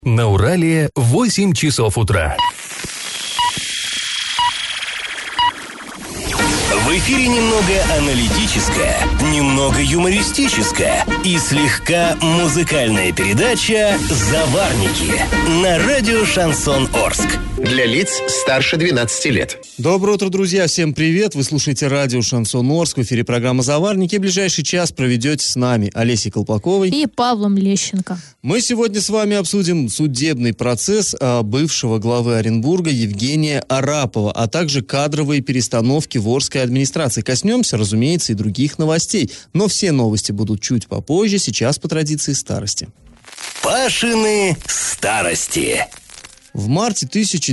На Урале 8 часов утра. В эфире немного аналитическая, немного юмористическая и слегка музыкальная передача «Заварники» на радио «Шансон Орск». Для лиц старше 12 лет. Доброе утро, друзья, всем привет. Вы слушаете радио «Шансон Орск», в эфире программа «Заварники». Ближайший час проведете с нами Олесей Колпаковой и Павлом Лещенко. Мы сегодня с вами обсудим судебный процесс бывшего главы Оренбурга Евгения Арапова, а также кадровые перестановки в Орской администрации. Коснемся, разумеется, и других новостей. Но все новости будут чуть попозже, сейчас по традиции старости. Пашины старости. В марте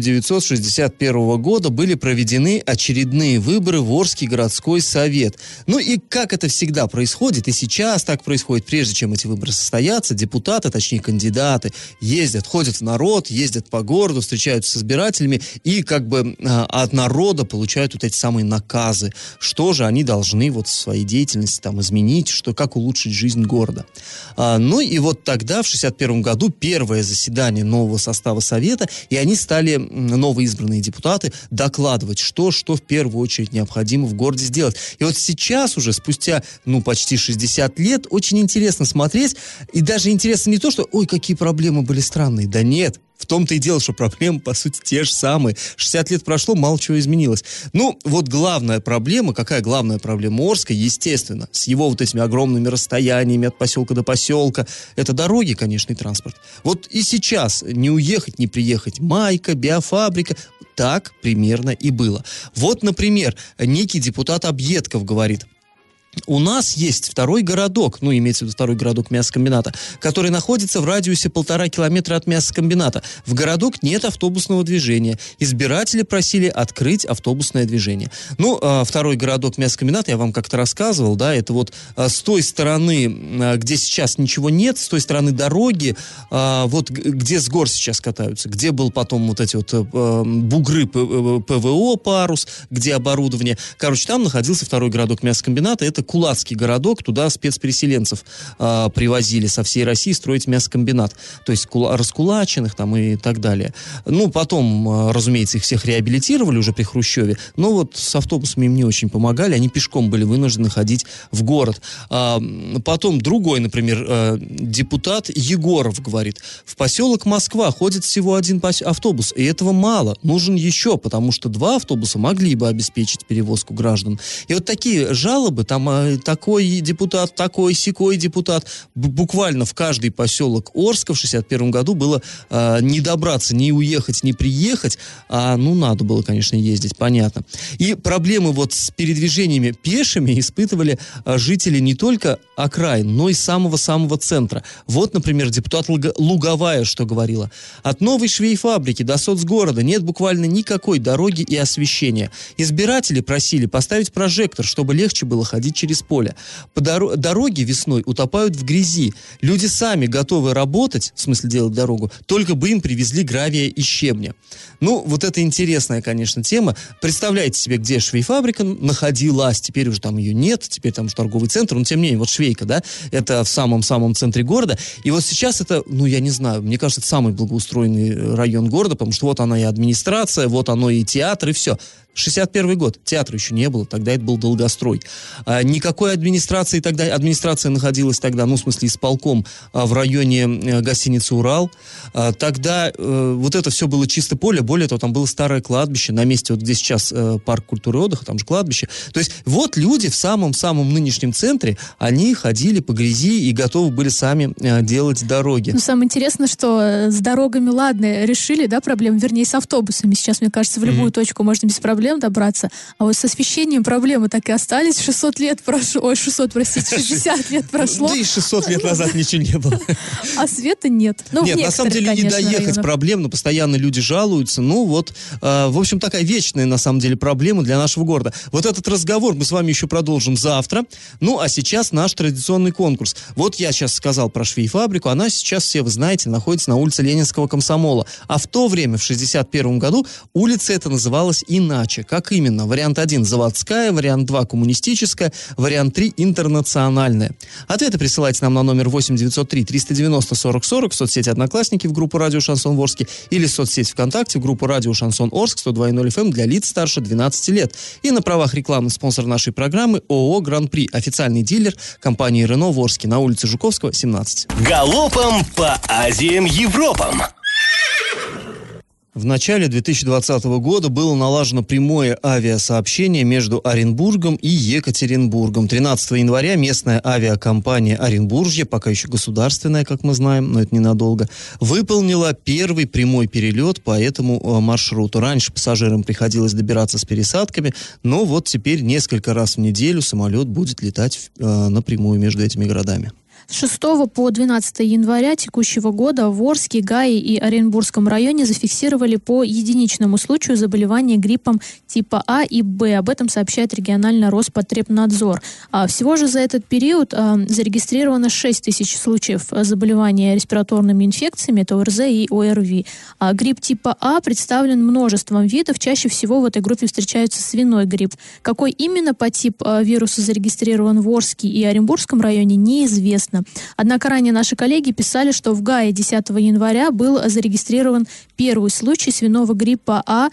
1961 года были проведены очередные выборы в Орский городской совет. Ну и как это всегда происходит, и сейчас так происходит, прежде чем эти выборы состоятся, депутаты, точнее кандидаты, ездят, ходят в народ, ездят по городу, встречаются с избирателями и как бы от народа получают вот эти самые наказы, что же они должны вот в своей деятельности там изменить, что, как улучшить жизнь города. Ну и вот тогда, в 1961 году, первое заседание нового состава совета, и они стали, новоизбранные депутаты, докладывать, что в первую очередь необходимо в городе сделать. И вот сейчас уже, спустя, почти 60 лет, очень интересно смотреть, и даже интересно не то, что, ой, какие проблемы были странные, да нет. В том-то и дело, что проблемы, по сути, те же самые. 60 лет прошло, мало чего изменилось. Вот главная проблема, какая главная проблема Орска, естественно, с его вот этими огромными расстояниями от поселка до поселка, это дороги, конечно, и транспорт. Вот и сейчас не уехать, не приехать. Майка, биофабрика, так примерно и было. Вот, например, некий депутат Объедков говорит: у нас есть второй городок, имеется в виду второй городок мясокомбината, который находится в радиусе 1,5 километра от мясокомбината. В городок нет автобусного движения. Избиратели просили открыть автобусное движение. Второй городок мясокомбината, я вам как-то рассказывал, да, это вот с той стороны, где сейчас ничего нет, с той стороны дороги, вот где с гор сейчас катаются, где был потом вот эти вот бугры ПВО, парус, где оборудование. Там находился второй городок мясокомбината, это Кулацкий городок, туда спецпереселенцев привозили со всей России строить мясокомбинат. То есть раскулаченных там и так далее. Потом, разумеется, их всех реабилитировали уже при Хрущеве, но вот с автобусами им не очень помогали, они пешком были вынуждены ходить в город. Потом другой, например, депутат Егоров говорит: в поселок Москва ходит всего один автобус, и этого мало, нужен еще, потому что 2 автобуса могли бы обеспечить перевозку граждан. И вот такие жалобы, там такой депутат, такой-сякой депутат. Буквально в каждый поселок Орска в 1961 году было не добраться, не уехать, не приехать, а надо было, конечно, ездить, понятно. И проблемы вот с передвижениями пешими испытывали жители не только окраин, но и самого-самого центра. Вот, например, депутат Луговая что говорила: от новой швейфабрики до соцгорода нет буквально никакой дороги и освещения. Избиратели просили поставить прожектор, чтобы легче было ходить через поле. Дороги весной утопают в грязи. Люди сами готовы работать, в смысле делать дорогу, только бы им привезли гравия и щебня. Вот это интересная, конечно, тема. Представляете себе, где швейфабрика находилась, теперь уже там ее нет, теперь там уже торговый центр, но тем не менее, вот швейка, да, это в самом-самом центре города. И вот сейчас это, я не знаю, мне кажется, это самый благоустроенный район города, потому что вот она и администрация, вот оно и театр, и все. 61 год, театра еще не было, тогда это был долгострой. Никакой администрации тогда, администрация находилась тогда, в смысле исполком, в районе гостиницы «Урал». Тогда вот это все было чисто поле, более того, там было старое кладбище, на месте, вот где сейчас парк культуры и отдыха, там же кладбище. То есть вот люди в самом-самом нынешнем центре, они ходили по грязи и готовы были сами делать дороги. Самое интересное, что с дорогами, ладно, решили, да, проблему, вернее, с автобусами. Сейчас, мне кажется, в любую точку можно без проблем добраться. А вот с освещением проблемы так и остались. 60 лет прошло. Да и 600 лет назад ничего не было. А света нет. Нет, на самом деле не доехать проблем, но постоянно люди жалуются. В общем, такая вечная, на самом деле, проблема для нашего города. Вот этот разговор мы с вами еще продолжим завтра. А сейчас наш традиционный конкурс. Вот я сейчас сказал про швейфабрику. Она сейчас, все вы знаете, находится на улице Ленинского комсомола. А в то время, в 1961 году, улица эта называлась иначе. передача. Как именно? Вариант 1 – заводская, вариант 2 – коммунистическая, вариант 3 – интернациональная. Ответы присылайте нам на номер 8 903 390 40 40 в соцсети «Одноклассники» в группу «Радио Шансон Орск» или в соцсети ВКонтакте в группу «Радио Шансон Орск» 102.0 FM для лиц старше 12 лет. И на правах рекламы спонсор нашей программы ООО «Гран-при», официальный дилер компании «Рено» в Орске на улице Жуковского, 17. Галопом по Азиям, Европам. В начале 2020 года было налажено прямое авиасообщение между Оренбургом и Екатеринбургом. 13 января местная авиакомпания «Оренбуржье», пока еще государственная, как мы знаем, но это ненадолго, выполнила первый прямой перелет по этому маршруту. Раньше пассажирам приходилось добираться с пересадками, но вот теперь несколько раз в неделю самолет будет летать напрямую между этими городами. С 6 по 12 января текущего года в Орске, Гае и Оренбургском районе зафиксировали по единичному случаю заболевания гриппом типа А и Б. Об этом сообщает региональный Роспотребнадзор. Всего же за этот период зарегистрировано 6 тысяч случаев заболевания респираторными инфекциями, это ОРЗ и ОРВИ. Грипп типа А представлен множеством видов. Чаще всего в этой группе встречается свиной грипп. Какой именно подтип вируса зарегистрирован в Орске и Оренбургском районе, неизвестно. Однако ранее наши коллеги писали, что в Гае 10 января был зарегистрирован первый случай свиного гриппа А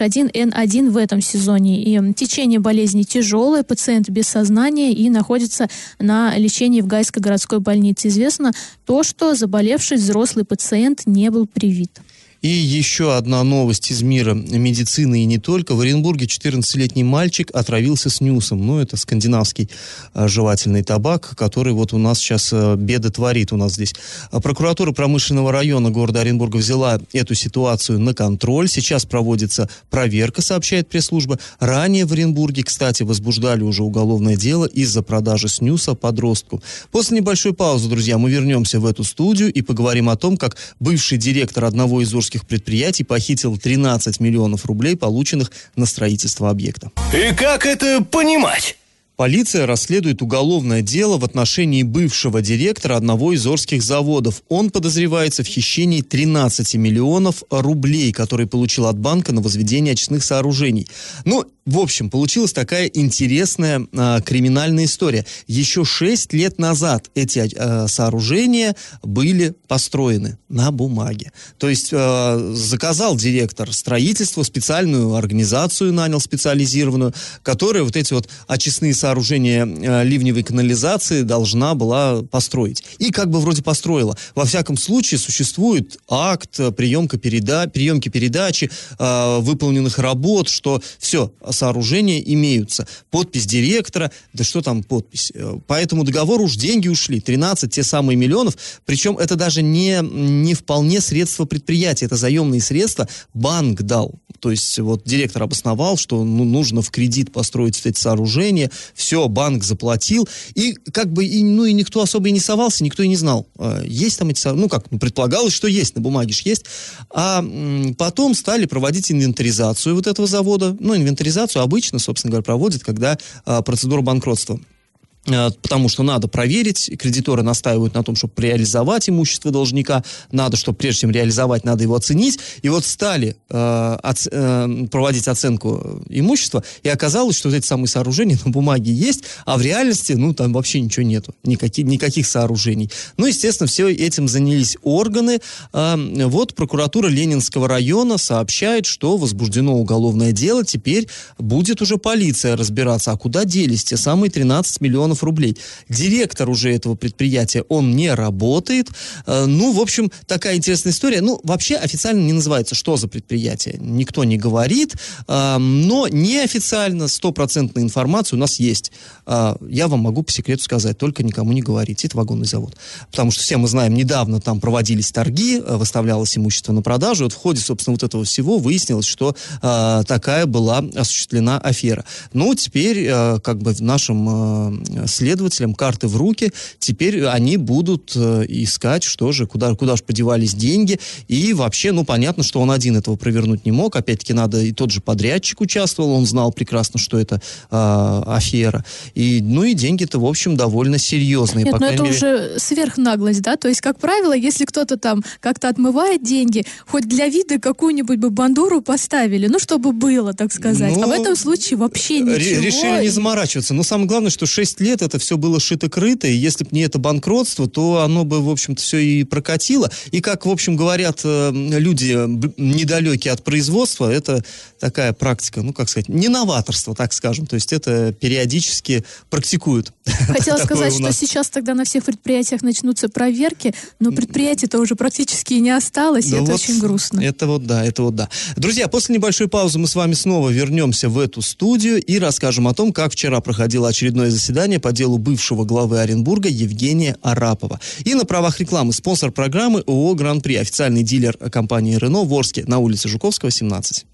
H1N1 в этом сезоне. И течение болезни тяжелое, пациент без сознания и находится на лечении в Гайской городской больнице. Известно то, что заболевший взрослый пациент не был привит. И еще одна новость из мира медицины и не только. В Оренбурге 14-летний мальчик отравился снюсом. Ну, это скандинавский жевательный табак, который вот у нас сейчас беды творит у нас здесь. Прокуратура промышленного района города Оренбурга взяла эту ситуацию на контроль. Сейчас проводится проверка, сообщает пресс-служба. Ранее в Оренбурге, кстати, возбуждали уже уголовное дело из-за продажи снюса подростку. После небольшой паузы, друзья, мы вернемся в эту студию и поговорим о том, как бывший директор одного из орских предприятий похитил 13 миллионов рублей, полученных на строительство объекта. И как это понимать? Полиция расследует уголовное дело в отношении бывшего директора одного из орских заводов. Он подозревается в хищении 13 миллионов рублей, которые получил от банка на возведение очистных сооружений. Ну, в общем, получилась такая интересная криминальная история. Еще 6 лет назад эти сооружения были построены на бумаге. То есть заказал директор строительство, специальную организацию нанял специализированную, которая вот эти вот очистные сооружения ливневой канализации должна была построить. И как бы вроде построила. Во всяком случае, существует акт приемки передачи выполненных работ, что все, сооружения имеются. Подпись директора, да что там подпись. По этому договору уж деньги ушли, 13 те самые миллионов, причем это даже не вполне средства предприятия, это заемные средства банк дал. То есть вот директор обосновал, что нужно в кредит построить эти сооружения, все, банк заплатил, и как бы и никто особо и не совался, никто и не знал, есть там эти сооружения, предполагалось, что есть, на бумаге ж есть, а потом стали проводить инвентаризацию вот этого завода, инвентаризацию обычно, собственно говоря, проводят, когда процедура банкротства. Потому что надо проверить, кредиторы настаивают на том, чтобы реализовать имущество должника, надо, чтобы прежде чем реализовать, надо его оценить, и вот стали проводить оценку имущества, и оказалось, что вот эти самые сооружения на бумаге есть, а в реальности, там вообще ничего нету, никаких сооружений. Естественно, все этим занялись органы. Вот прокуратура Ленинского района сообщает, что возбуждено уголовное дело, теперь будет уже полиция разбираться, а куда делись те самые 13 миллионов рублей. Директор уже этого предприятия, он не работает. В общем, такая интересная история. Вообще официально не называется, что за предприятие. Никто не говорит, но неофициально 100% информация у нас есть. Я вам могу по секрету сказать, только никому не говорите. Это вагонный завод. Потому что все мы знаем, недавно там проводились торги, выставлялось имущество на продажу. Вот в ходе, собственно, вот этого всего выяснилось, что такая была осуществлена афера. Теперь как бы в нашем следователям карты в руки. Теперь они будут искать, что же, куда же подевались деньги. И вообще, понятно, что он один этого провернуть не мог. Опять-таки, и тот же подрядчик участвовал, он знал прекрасно, что это афера. И деньги-то, в общем, довольно серьезные. Нет, это уже сверхнаглость, да? То есть, как правило, если кто-то там как-то отмывает деньги, хоть для вида какую-нибудь бы бандуру поставили, чтобы было, так сказать. А в этом случае вообще ничего. Решили не заморачиваться. Но самое главное, что 6 лет это все было шито-крыто, и если бы не это банкротство, то оно бы, в общем-то, все и прокатило. И как, в общем, говорят люди недалекие от производства, это такая практика, не новаторство, так скажем. То есть это периодически практикуют. Хотела сказать, что сейчас тогда на всех предприятиях начнутся проверки, но предприятий-то уже практически не осталось, и это очень грустно. Это вот да. Друзья, после небольшой паузы мы с вами снова вернемся в эту студию и расскажем о том, как вчера проходило очередное заседание по делу бывшего главы Оренбурга Евгения Арапова. И на правах рекламы спонсор программы ООО «Гран-при», официальный дилер компании «Рено» в Орске на улице Жуковского, 17.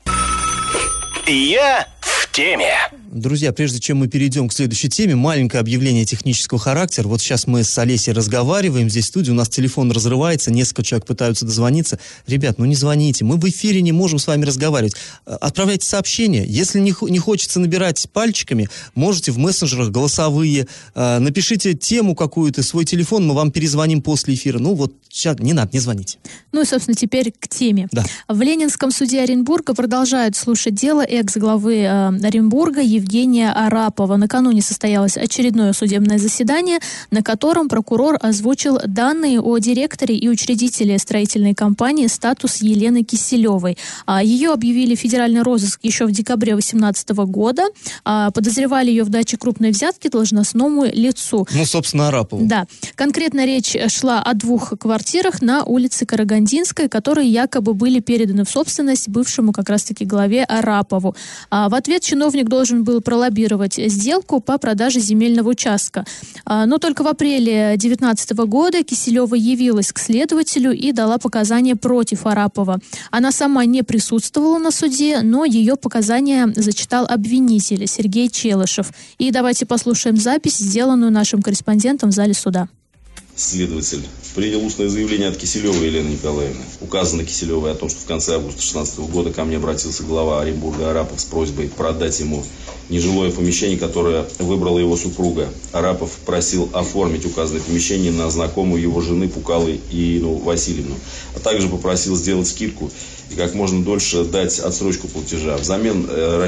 Я в теме. Друзья, прежде чем мы перейдем к следующей теме, маленькое объявление технического характера. Вот сейчас мы с Олесей разговариваем здесь в студии, у нас телефон разрывается, несколько человек пытаются дозвониться. Ребят, не звоните, мы в эфире не можем с вами разговаривать. Отправляйте сообщения. Если не хочется набирать пальчиками, можете в мессенджерах голосовые, напишите тему какую-то, свой телефон, мы вам перезвоним после эфира. Сейчас не надо, не звоните. И, собственно, теперь к теме. Да. В Ленинском суде Оренбурга продолжают слушать дело экс-главы Оренбурга Евгения Арапова. Накануне состоялось очередное судебное заседание, на котором прокурор озвучил данные о директоре и учредителе строительной компании «Статус» Елены Киселевой. Ее объявили в федеральный розыск еще в декабре 2018 года. Подозревали ее в даче крупной взятки должностному лицу. Собственно, Арапову. Да. Конкретно речь шла о 2 квартирах на улице Карагандинской, которые якобы были переданы в собственность бывшему как раз-таки главе Арапову. В ответ чиновник должен был пролоббировать сделку по продаже земельного участка. Но только в апреле 2019 года Киселева явилась к следователю и дала показания против Арапова. Она сама не присутствовала на суде, но ее показания зачитал обвинитель Сергей Челышев. И давайте послушаем запись, сделанную нашим корреспондентом в зале суда. Следователь принял устное заявление от Киселевой Елены Николаевны. Указано Киселевой о том, что в конце августа 2016 года ко мне обратился глава Оренбурга Арапов с просьбой продать ему нежилое помещение, которое выбрала его супруга. Арапов просил оформить указанное помещение на знакомую его жены Пукалы Ирину Васильевну, а также попросил сделать скидку и как можно дольше дать отсрочку платежа. Взамен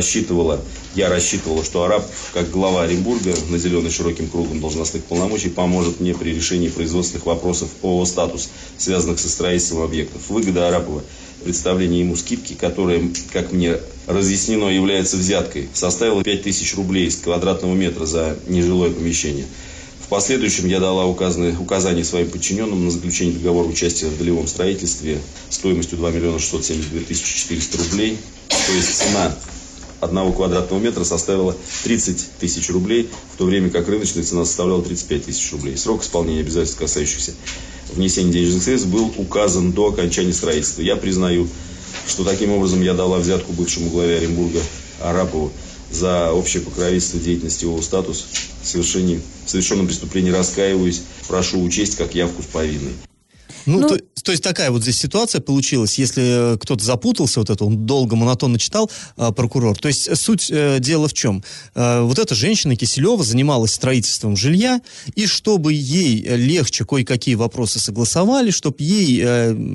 я рассчитывала, что Арапов, как глава Оренбурга, наделенный широким кругом должностных полномочий, поможет мне при решении производственных вопросов ООО «Статус», связанных со строительством объектов. Выгода Арапова, представление ему скидки, которая, как мне разъяснено, является взяткой, составила 5000 рублей с квадратного метра за нежилое помещение. В последующем я дала указания своим подчиненным на заключение договора участия в долевом строительстве стоимостью 2 672 400 рублей. То есть цена 1 квадратного метра составила 30 000 рублей, в то время как рыночная цена составляла 35 000 рублей. Срок исполнения обязательств, касающихся внесения денежных средств, был указан до окончания строительства. Я признаю, что таким образом я дала взятку бывшему главе Оренбурга Арапову за общее покровительство деятельности ООО «Статус». В совершенном преступлении раскаиваюсь, прошу учесть как явку с повинной. То есть такая вот здесь ситуация получилась, если кто-то запутался, он долго, монотонно читал, прокурор. То есть суть дела в чем? Вот эта женщина Киселева занималась строительством жилья, и чтобы ей легче кое-какие вопросы согласовали, чтобы ей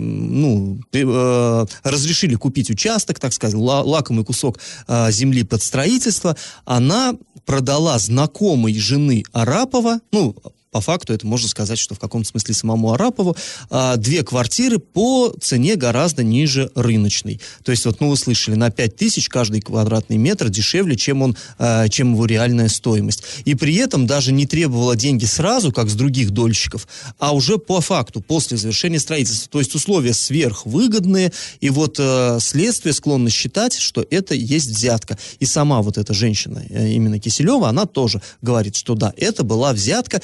разрешили купить участок, так сказать, лакомый кусок земли под строительство, она продала знакомой жены Арапова, по факту это можно сказать, что в каком-то смысле самому Арапову, 2 квартиры по цене гораздо ниже рыночной. То есть, вы слышали, на 5000 каждый квадратный метр дешевле, чем его реальная стоимость. И при этом даже не требовала деньги сразу, как с других дольщиков, а уже по факту, после завершения строительства. То есть условия сверхвыгодные, и следствие склонно считать, что это есть взятка. И сама эта женщина, именно Киселева, она тоже говорит, что да, это была взятка, и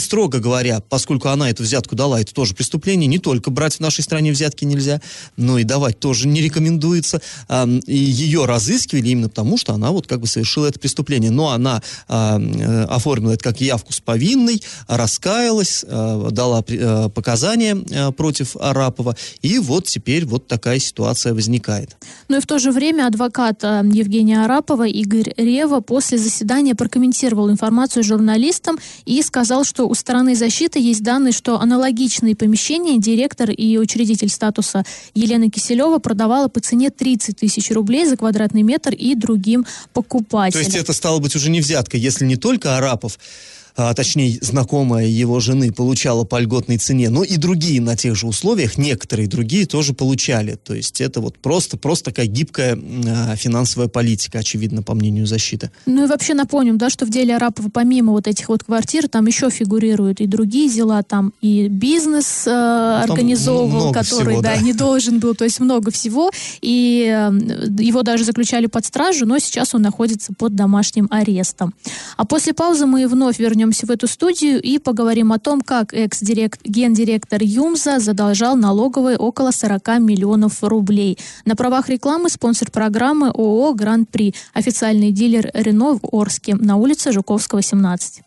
строго говоря, поскольку она эту взятку дала, это тоже преступление, не только брать в нашей стране взятки нельзя, но и давать тоже не рекомендуется. И ее разыскивали именно потому, что она вот как бы совершила это преступление. Но она оформила это как явку с повинной, раскаялась, дала показания против Арапова, и вот теперь вот такая ситуация возникает. Ну и в то же время адвокат Евгения Арапова Игорь Рева после заседания прокомментировал информацию журналистам и сказал, что у стороны защиты есть данные, что аналогичные помещения директор и учредитель статуса Елена Киселева продавала по цене 30 тысяч рублей за квадратный метр и другим покупателям. То есть это стало быть уже не взятка, если не только Арапов, точнее, знакомая его жены получала по льготной цене, но и другие на тех же условиях, некоторые другие тоже получали. То есть это вот просто такая гибкая финансовая политика, очевидно, по мнению защиты. Ну и вообще напомним, да, что в деле Арапова помимо вот этих вот квартир, там еще фигурируют и другие дела, там и бизнес организовывал, который, всего, не должен был, то есть много всего, и его даже заключали под стражу, но сейчас он находится под домашним арестом. А после паузы мы вновь вернемся в эту студию и поговорим о том, как экс-гендиректор ЮМЗа задолжал налоговой около 40 миллионов рублей. На правах рекламы спонсор программы ООО «Гран-при», официальный дилер Рено в Орске, на улице Жуковского, 17.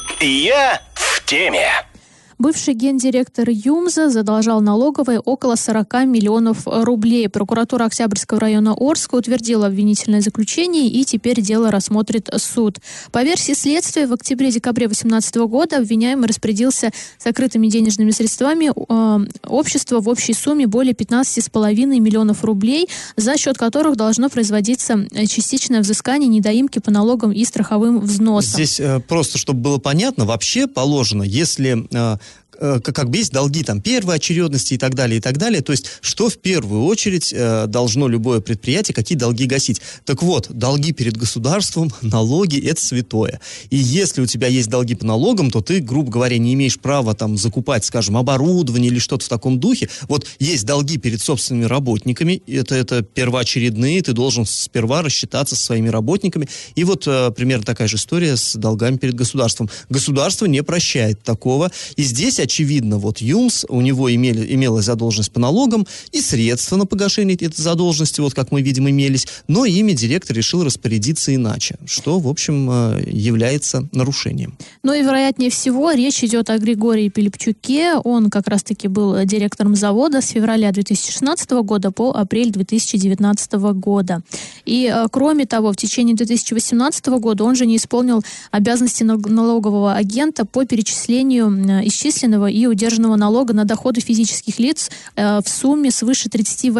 Я в теме. Бывший гендиректор ЮМЗа задолжал налоговой около 40 миллионов рублей. Прокуратура Октябрьского района Орска утвердила обвинительное заключение, и теперь дело рассмотрит суд. По версии следствия, в октябре-декабре 2018 года обвиняемый распорядился сокрытыми денежными средствами общества в общей сумме более 15,5 миллионов рублей, за счет которых должно производиться частичное взыскание недоимки по налогам и страховым взносам. Здесь просто, чтобы было понятно, вообще положено, если как бы есть долги там первой очередности и так далее, то есть что в первую очередь должно любое предприятие, какие долги гасить. Так вот, долги перед государством, налоги — это святое. И если у тебя есть долги по налогам, то ты, грубо говоря, не имеешь права там закупать, скажем, оборудование или что-то в таком духе. Вот есть долги перед собственными работниками, это первоочередные, ты должен сперва рассчитаться со своими работниками. И вот примерно такая же история с долгами перед государством. Государство не прощает такого. И здесь, очевидно, вот ЮМС, у него имелась задолженность по налогам и средства на погашение этой задолженности, вот как мы видим, имелись, но ими директор решил распорядиться иначе, что, в общем, является нарушением. Ну и, вероятнее всего, речь идет о Григории Пилипчуке. Он как раз-таки был директором завода с февраля 2016 года по апрель 2019 года. И, кроме того, в течение 2018 года он же не исполнил обязанности налогового агента по перечислению исчисленного и удержанного налога на доходы физических лиц в сумме свыше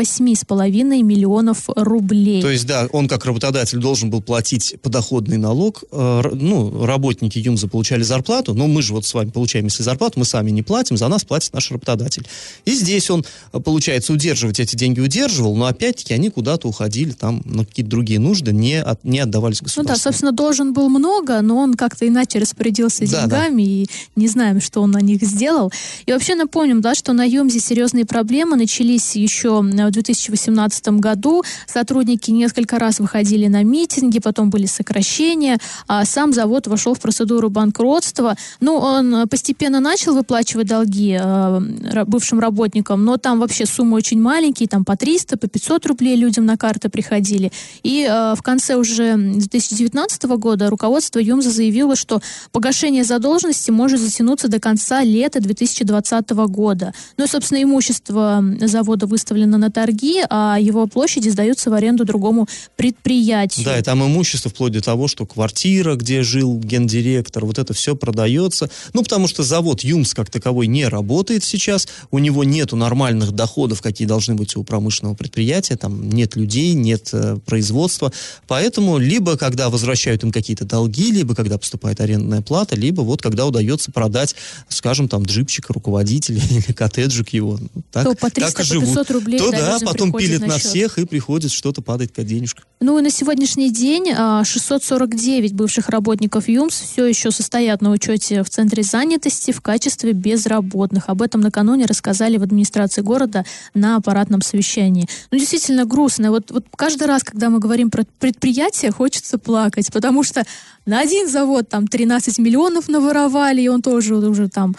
38,5 миллионов рублей. То есть, да, он как работодатель должен был платить подоходный налог. Работники ЮМЗа получали зарплату, но мы же вот с вами получаем, если зарплату, мы сами не платим, за нас платит наш работодатель. И здесь он, получается, удерживать эти деньги удерживал, но опять-таки они куда-то уходили там на какие-то другие нужды, не отдавались государству. Ну да, собственно, должен был много, но он как-то иначе распорядился деньгами, и не знаем, что он на них сделал. И вообще напомним, да, что на ЮМЗе серьезные проблемы начались еще в 2018 году. Сотрудники несколько раз выходили на митинги, потом были сокращения, а сам завод вошел в процедуру банкротства. Ну, он постепенно начал выплачивать долги бывшим работникам, но там вообще суммы очень маленькие, там по 300, по 500 рублей людям на карты приходили. И в конце уже 2019 года руководство ЮМЗа заявило, что погашение задолженности может затянуться до конца лета 2020 года. Ну и, собственно, имущество завода выставлено на торги, а его площади сдаются в аренду другому предприятию. Да, и там имущество вплоть до того, что квартира, где жил гендиректор, вот это все продается. Ну, потому что завод ЮМС как таковой не работает сейчас, у него нету нормальных доходов, какие должны быть у промышленного предприятия, там нет людей, нет производства. Поэтому либо когда возвращают им какие-то долги, либо когда поступает арендная плата, либо вот когда удается продать, скажем, там джипчика руководителя или коттеджик его. Так, то по 300, так и по 500 живут. рублей. То да, потом пилит на счет. всех, и приходит что-то, падает какая денежка. Ну и на сегодняшний день 649 бывших работников ЮМС все еще состоят на учете в Центре занятости в качестве безработных. Об этом накануне рассказали в администрации города на аппаратном совещании. Ну, действительно грустно. Вот каждый раз, когда мы говорим про предприятие, хочется плакать, потому что на один завод там 13 миллионов наворовали, и он тоже уже там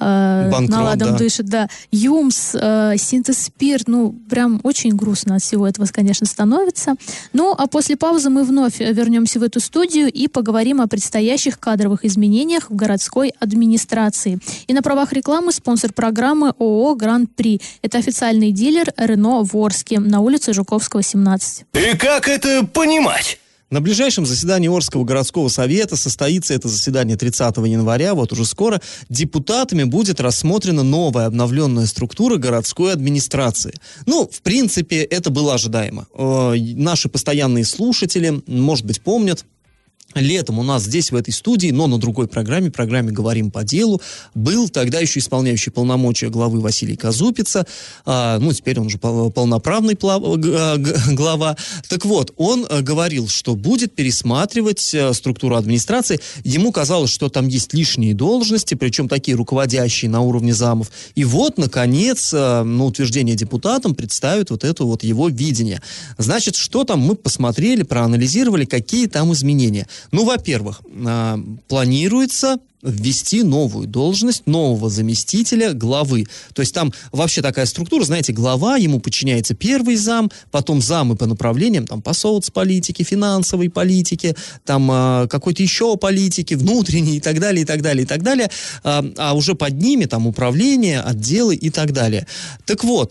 наладом дышит, да. ЮМС, Синтез-Спирт, ну, прям очень грустно от всего этого, конечно, становится. Ну, а после паузы мы вновь вернемся в эту студию и поговорим о предстоящих кадровых изменениях в городской администрации. И на правах рекламы спонсор программы ООО «Гран-при». Это официальный дилер Рено в Орске на улице Жуковского, 17. И как это понимать? На ближайшем заседании Орского городского совета состоится это заседание 30 января, вот уже скоро, депутатами будет рассмотрена новая обновленная структура городской администрации. Ну, в принципе, это было ожидаемо. Наши постоянные слушатели, может быть, помнят, летом у нас здесь, в этой студии, но на другой программе «Говорим по делу», был тогда еще исполняющий полномочия главы Василий Казупица. Ну, теперь он уже полноправный глава. Так вот, он говорил, что будет пересматривать структуру администрации. Ему казалось, что там есть лишние должности, причем такие руководящие на уровне замов. И вот, наконец, на утверждение депутатам представят вот это вот его видение. Значит, что там мы посмотрели, проанализировали, какие там изменения. Ну, во-первых, планируется ввести новую должность нового заместителя главы. То есть там вообще такая структура, знаете, глава, ему подчиняется первый зам, потом замы по направлениям, там, по соцполитике, финансовой политике, там, какой-то еще политики, внутренней и так далее, и так далее, и так далее. А уже под ними там управление, отделы и так далее. Так вот,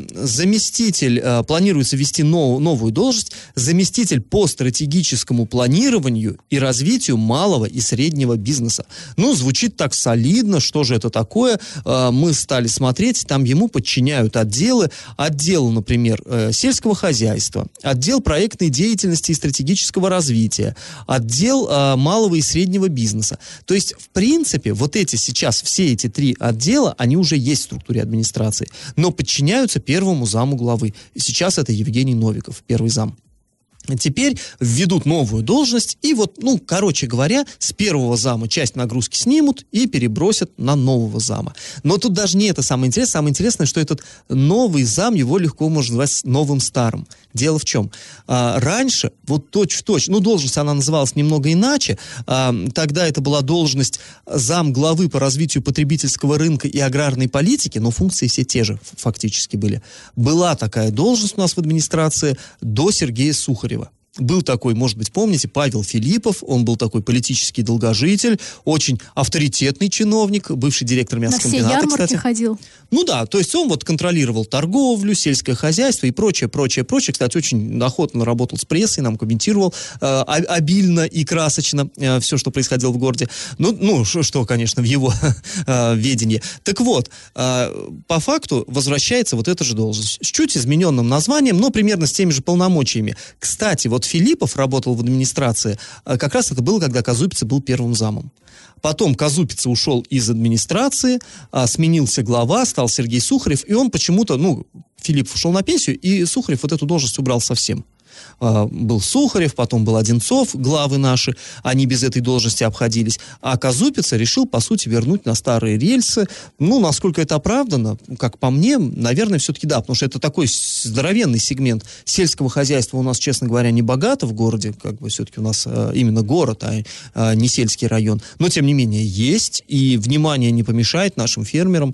заместитель, планируется ввести новую должность, заместитель по стратегическому планированию и развитию малого и среднего бизнеса. Ну, звучит так солидно, что же это такое? Мы стали смотреть, там ему подчиняют отделы. Отдел, например, сельского хозяйства, отдел проектной деятельности и стратегического развития, отдел малого и среднего бизнеса. То есть, в принципе, вот эти сейчас, все эти три отдела, они уже есть в структуре администрации, но подчиняются первому заму главы. Сейчас это Евгений Новиков, первый зам. Теперь введут новую должность и вот, ну, короче говоря, с первого зама часть нагрузки снимут и перебросят на нового зама. Но тут даже не это самое интересное. Самое интересное, что этот новый зам, его легко можно назвать новым старым. Дело в чем? Раньше, вот точь-в-точь, ну, должность она называлась немного иначе. Тогда это была должность зам главы по развитию потребительского рынка и аграрной политики, но функции все те же фактически были. Была такая должность у нас в администрации до Сергея Сухарева. Был такой, может быть, помните, Павел Филиппов, он был такой политический долгожитель, очень авторитетный чиновник, бывший директор мясокомбината, на все ярмарки, кстати. Ходил. Ну да, то есть он вот контролировал торговлю, сельское хозяйство и прочее. Кстати, очень охотно работал с прессой, нам комментировал обильно и красочно все, что происходило в городе. Ну что, конечно, в его ведении. Так вот, по факту возвращается вот эта же должность с чуть измененным названием, но примерно с теми же полномочиями. Кстати, вот Филиппов работал в администрации, как раз это было, когда Казупица был первым замом. Потом Казупица ушел из администрации, сменился глава, стал Сергей Сухарев, и он почему-то, Филиппов ушел на пенсию, и Сухарев вот эту должность убрал совсем. Был Сухарев, потом был Одинцов, главы наши, они без этой должности обходились. А Казупица решил, по сути, вернуть на старые рельсы. Ну, насколько это оправдано, как по мне, наверное, все-таки да, потому что это такой здоровенный сегмент сельского хозяйства у нас, честно говоря, не богато в городе, как бы все-таки у нас именно город, а не сельский район. Но, тем не менее, есть, и внимание не помешает нашим фермерам.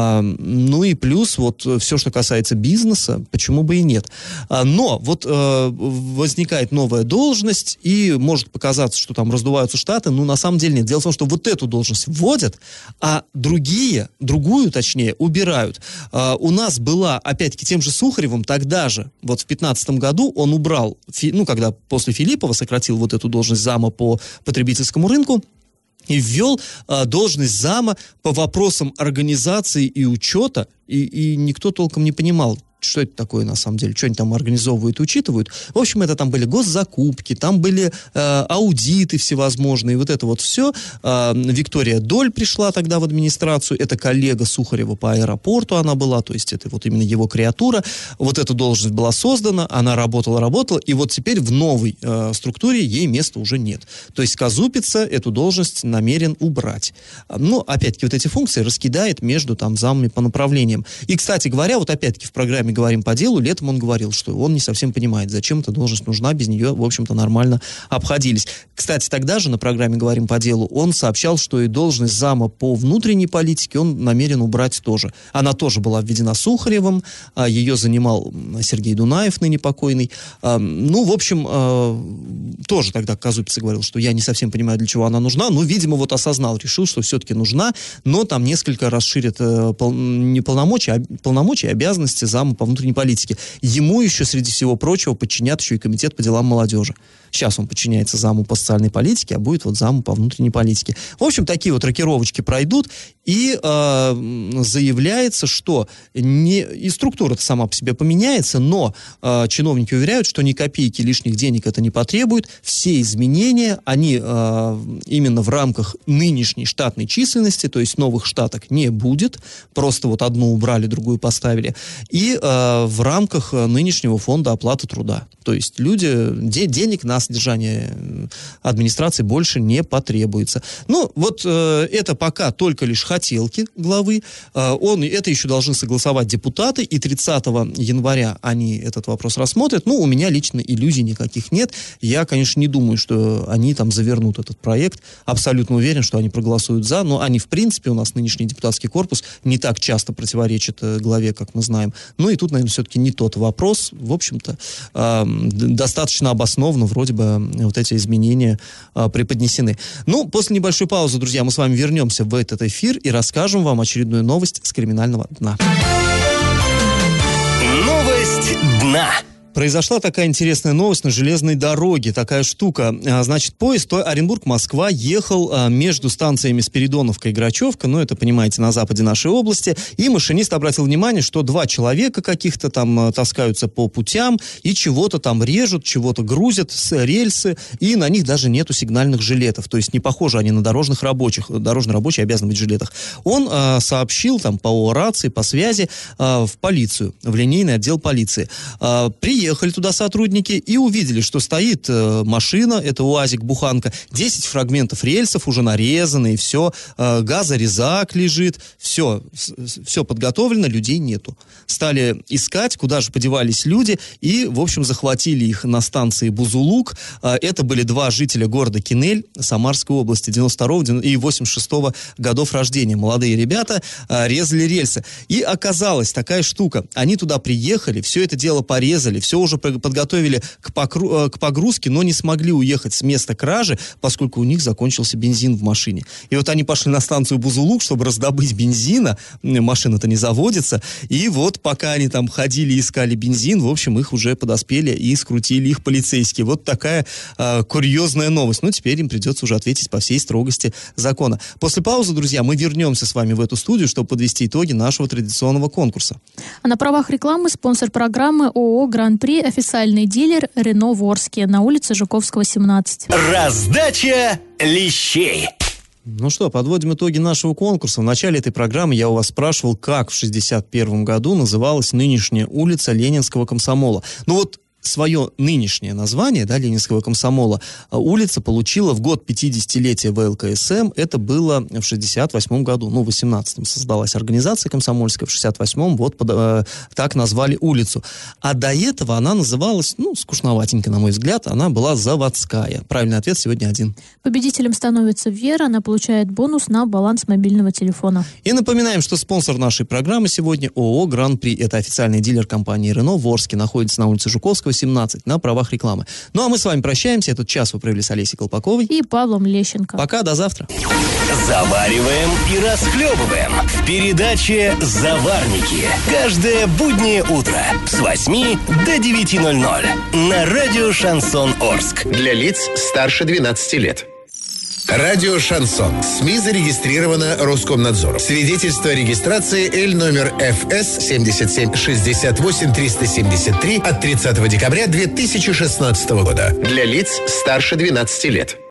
Ну и плюс, вот все, что касается бизнеса, почему бы и нет. Но вот возникает новая должность, и может показаться, что там раздуваются штаты, но на самом деле нет. Дело в том, что вот эту должность вводят, а другую, убирают. У нас была, опять-таки, тем же Сухаревым тогда же, вот в 2015 году он убрал, когда после Филиппова сократил вот эту должность зама по потребительскому рынку, и ввел должность зама по вопросам организации и учета, и никто толком не понимал, что это такое на самом деле, что они там организовывают, учитывают. В общем, это там были госзакупки, там были аудиты всевозможные, вот это вот все. Виктория Доль пришла тогда в администрацию, это коллега Сухарева по аэропорту она была, то есть это вот именно его креатура. Вот эта должность была создана, она работала, и вот теперь в новой структуре ей места уже нет. То есть Казупица эту должность намерен убрать. Но, опять-таки, вот эти функции раскидает между там замами по направлениям. И, кстати говоря, вот опять-таки в программе «Говорим по делу» летом он говорил, что он не совсем понимает, зачем эта должность нужна, без нее, в общем-то, нормально обходились. Кстати, тогда же на программе «Говорим по делу» он сообщал, что и должность зама по внутренней политике он намерен убрать тоже. Она тоже была введена Сухаревым, ее занимал Сергей Дунаев, ныне покойный. Ну, в общем, тоже тогда Казупица говорил, что я не совсем понимаю, для чего она нужна, но, видимо, вот осознал, решил, что все-таки нужна, но там несколько расширит не полномочия, а обязанности зама по внутренней политике. Ему еще, среди всего прочего, подчинят еще и комитет по делам молодежи. Сейчас он подчиняется заму по социальной политике, а будет вот заму по внутренней политике. В общем, такие вот рокировочки пройдут, и заявляется, что и структура-то сама по себе поменяется, но чиновники уверяют, что ни копейки лишних денег это не потребует. Все изменения, они именно в рамках нынешней штатной численности, то есть новых штаток не будет, просто вот одну убрали, другую поставили, и в рамках нынешнего фонда оплаты труда. То есть денег на содержание администрации больше не потребуется. Ну, вот это пока только лишь хотелки главы. Это еще должны согласовать депутаты, и 30 января они этот вопрос рассмотрят. Ну, у меня лично иллюзий никаких нет. Я, конечно, не думаю, что они там завернут этот проект. Абсолютно уверен, что они проголосуют за, но они, в принципе, у нас нынешний депутатский корпус не так часто противоречит главе, как мы знаем. Ну, и тут, наверное, все-таки не тот вопрос. В общем-то, достаточно обоснованно вроде бы вот эти изменения преподнесены. Ну, после небольшой паузы, друзья, мы с вами вернемся в этот эфир и расскажем вам очередную новость с криминального дна. Новость дна. Произошла такая интересная новость на железной дороге, такая штука. Значит, поезд Оренбург-Москва ехал между станциями Спиридоновка и Грачевка, ну, это, понимаете, на западе нашей области, и машинист обратил внимание, что 2 человека каких-то там таскаются по путям и чего-то там режут, чего-то грузят с рельсы, и на них даже нету сигнальных жилетов, то есть не похожи они на дорожных рабочих. Дорожные рабочие обязаны быть в жилетах. Он сообщил там по рации, по связи в полицию, в линейный отдел полиции. Приехали туда сотрудники и увидели, что стоит машина, это УАЗик-буханка, 10 фрагментов рельсов уже нарезаны, и все, газорезак лежит, все подготовлено, людей нету. Стали искать, куда же подевались люди, и, в общем, захватили их на станции Бузулук. Это были 2 жителя города Кинель Самарской области, 92 и 86 годов рождения. Молодые ребята резали рельсы. И оказалась такая штука. Они туда приехали, все это дело порезали, все уже подготовили к погрузке, но не смогли уехать с места кражи, поскольку у них закончился бензин в машине. И вот они пошли на станцию Бузулук, чтобы раздобыть бензина, машина-то не заводится, и вот пока они там ходили, искали бензин, в общем, их уже подоспели и скрутили их полицейские. Вот такая курьезная новость. Ну, теперь им придется уже ответить по всей строгости закона. После паузы, друзья, мы вернемся с вами в эту студию, чтобы подвести итоги нашего традиционного конкурса. А на правах рекламы спонсор программы ООО «Гран-при», официальный дилер «Рено Ворске» на улице Жуковского, 17. Раздача лещей. Ну что, подводим итоги нашего конкурса. В начале этой программы я у вас спрашивал, как в 1961 году называлась нынешняя улица Ленинского комсомола. Ну вот, свое нынешнее название, да, Ленинского комсомола, улица получила в год 50-летия ВЛКСМ. Это было в 68 году. Ну, в 18-м создалась организация комсомольская, в 68-м вот так назвали улицу. А до этого она называлась, ну, скучноватенько, на мой взгляд, она была Заводская. Правильный ответ сегодня 1. Победителем становится Вера, она получает бонус на баланс мобильного телефона. И напоминаем, что спонсор нашей программы сегодня ООО «Гран-при». Это официальный дилер компании «Рено» в Ворске, находится на улице Жуковского, 17, на правах рекламы. Ну, а мы с вами прощаемся. Этот час вы провели с Олесей Колпаковой и Павлом Лещенко. Пока, до завтра. Завариваем и расхлебываем в передаче «Заварники». Каждое буднее утро с 8 до 9:00 на радио «Шансон Орск». Для лиц старше 12 лет. Радио «Шансон». СМИ зарегистрировано Роскомнадзором. Свидетельство о регистрации Л номер ФС 7768-373 от 30 декабря 2016 года. Для лиц старше 12 лет.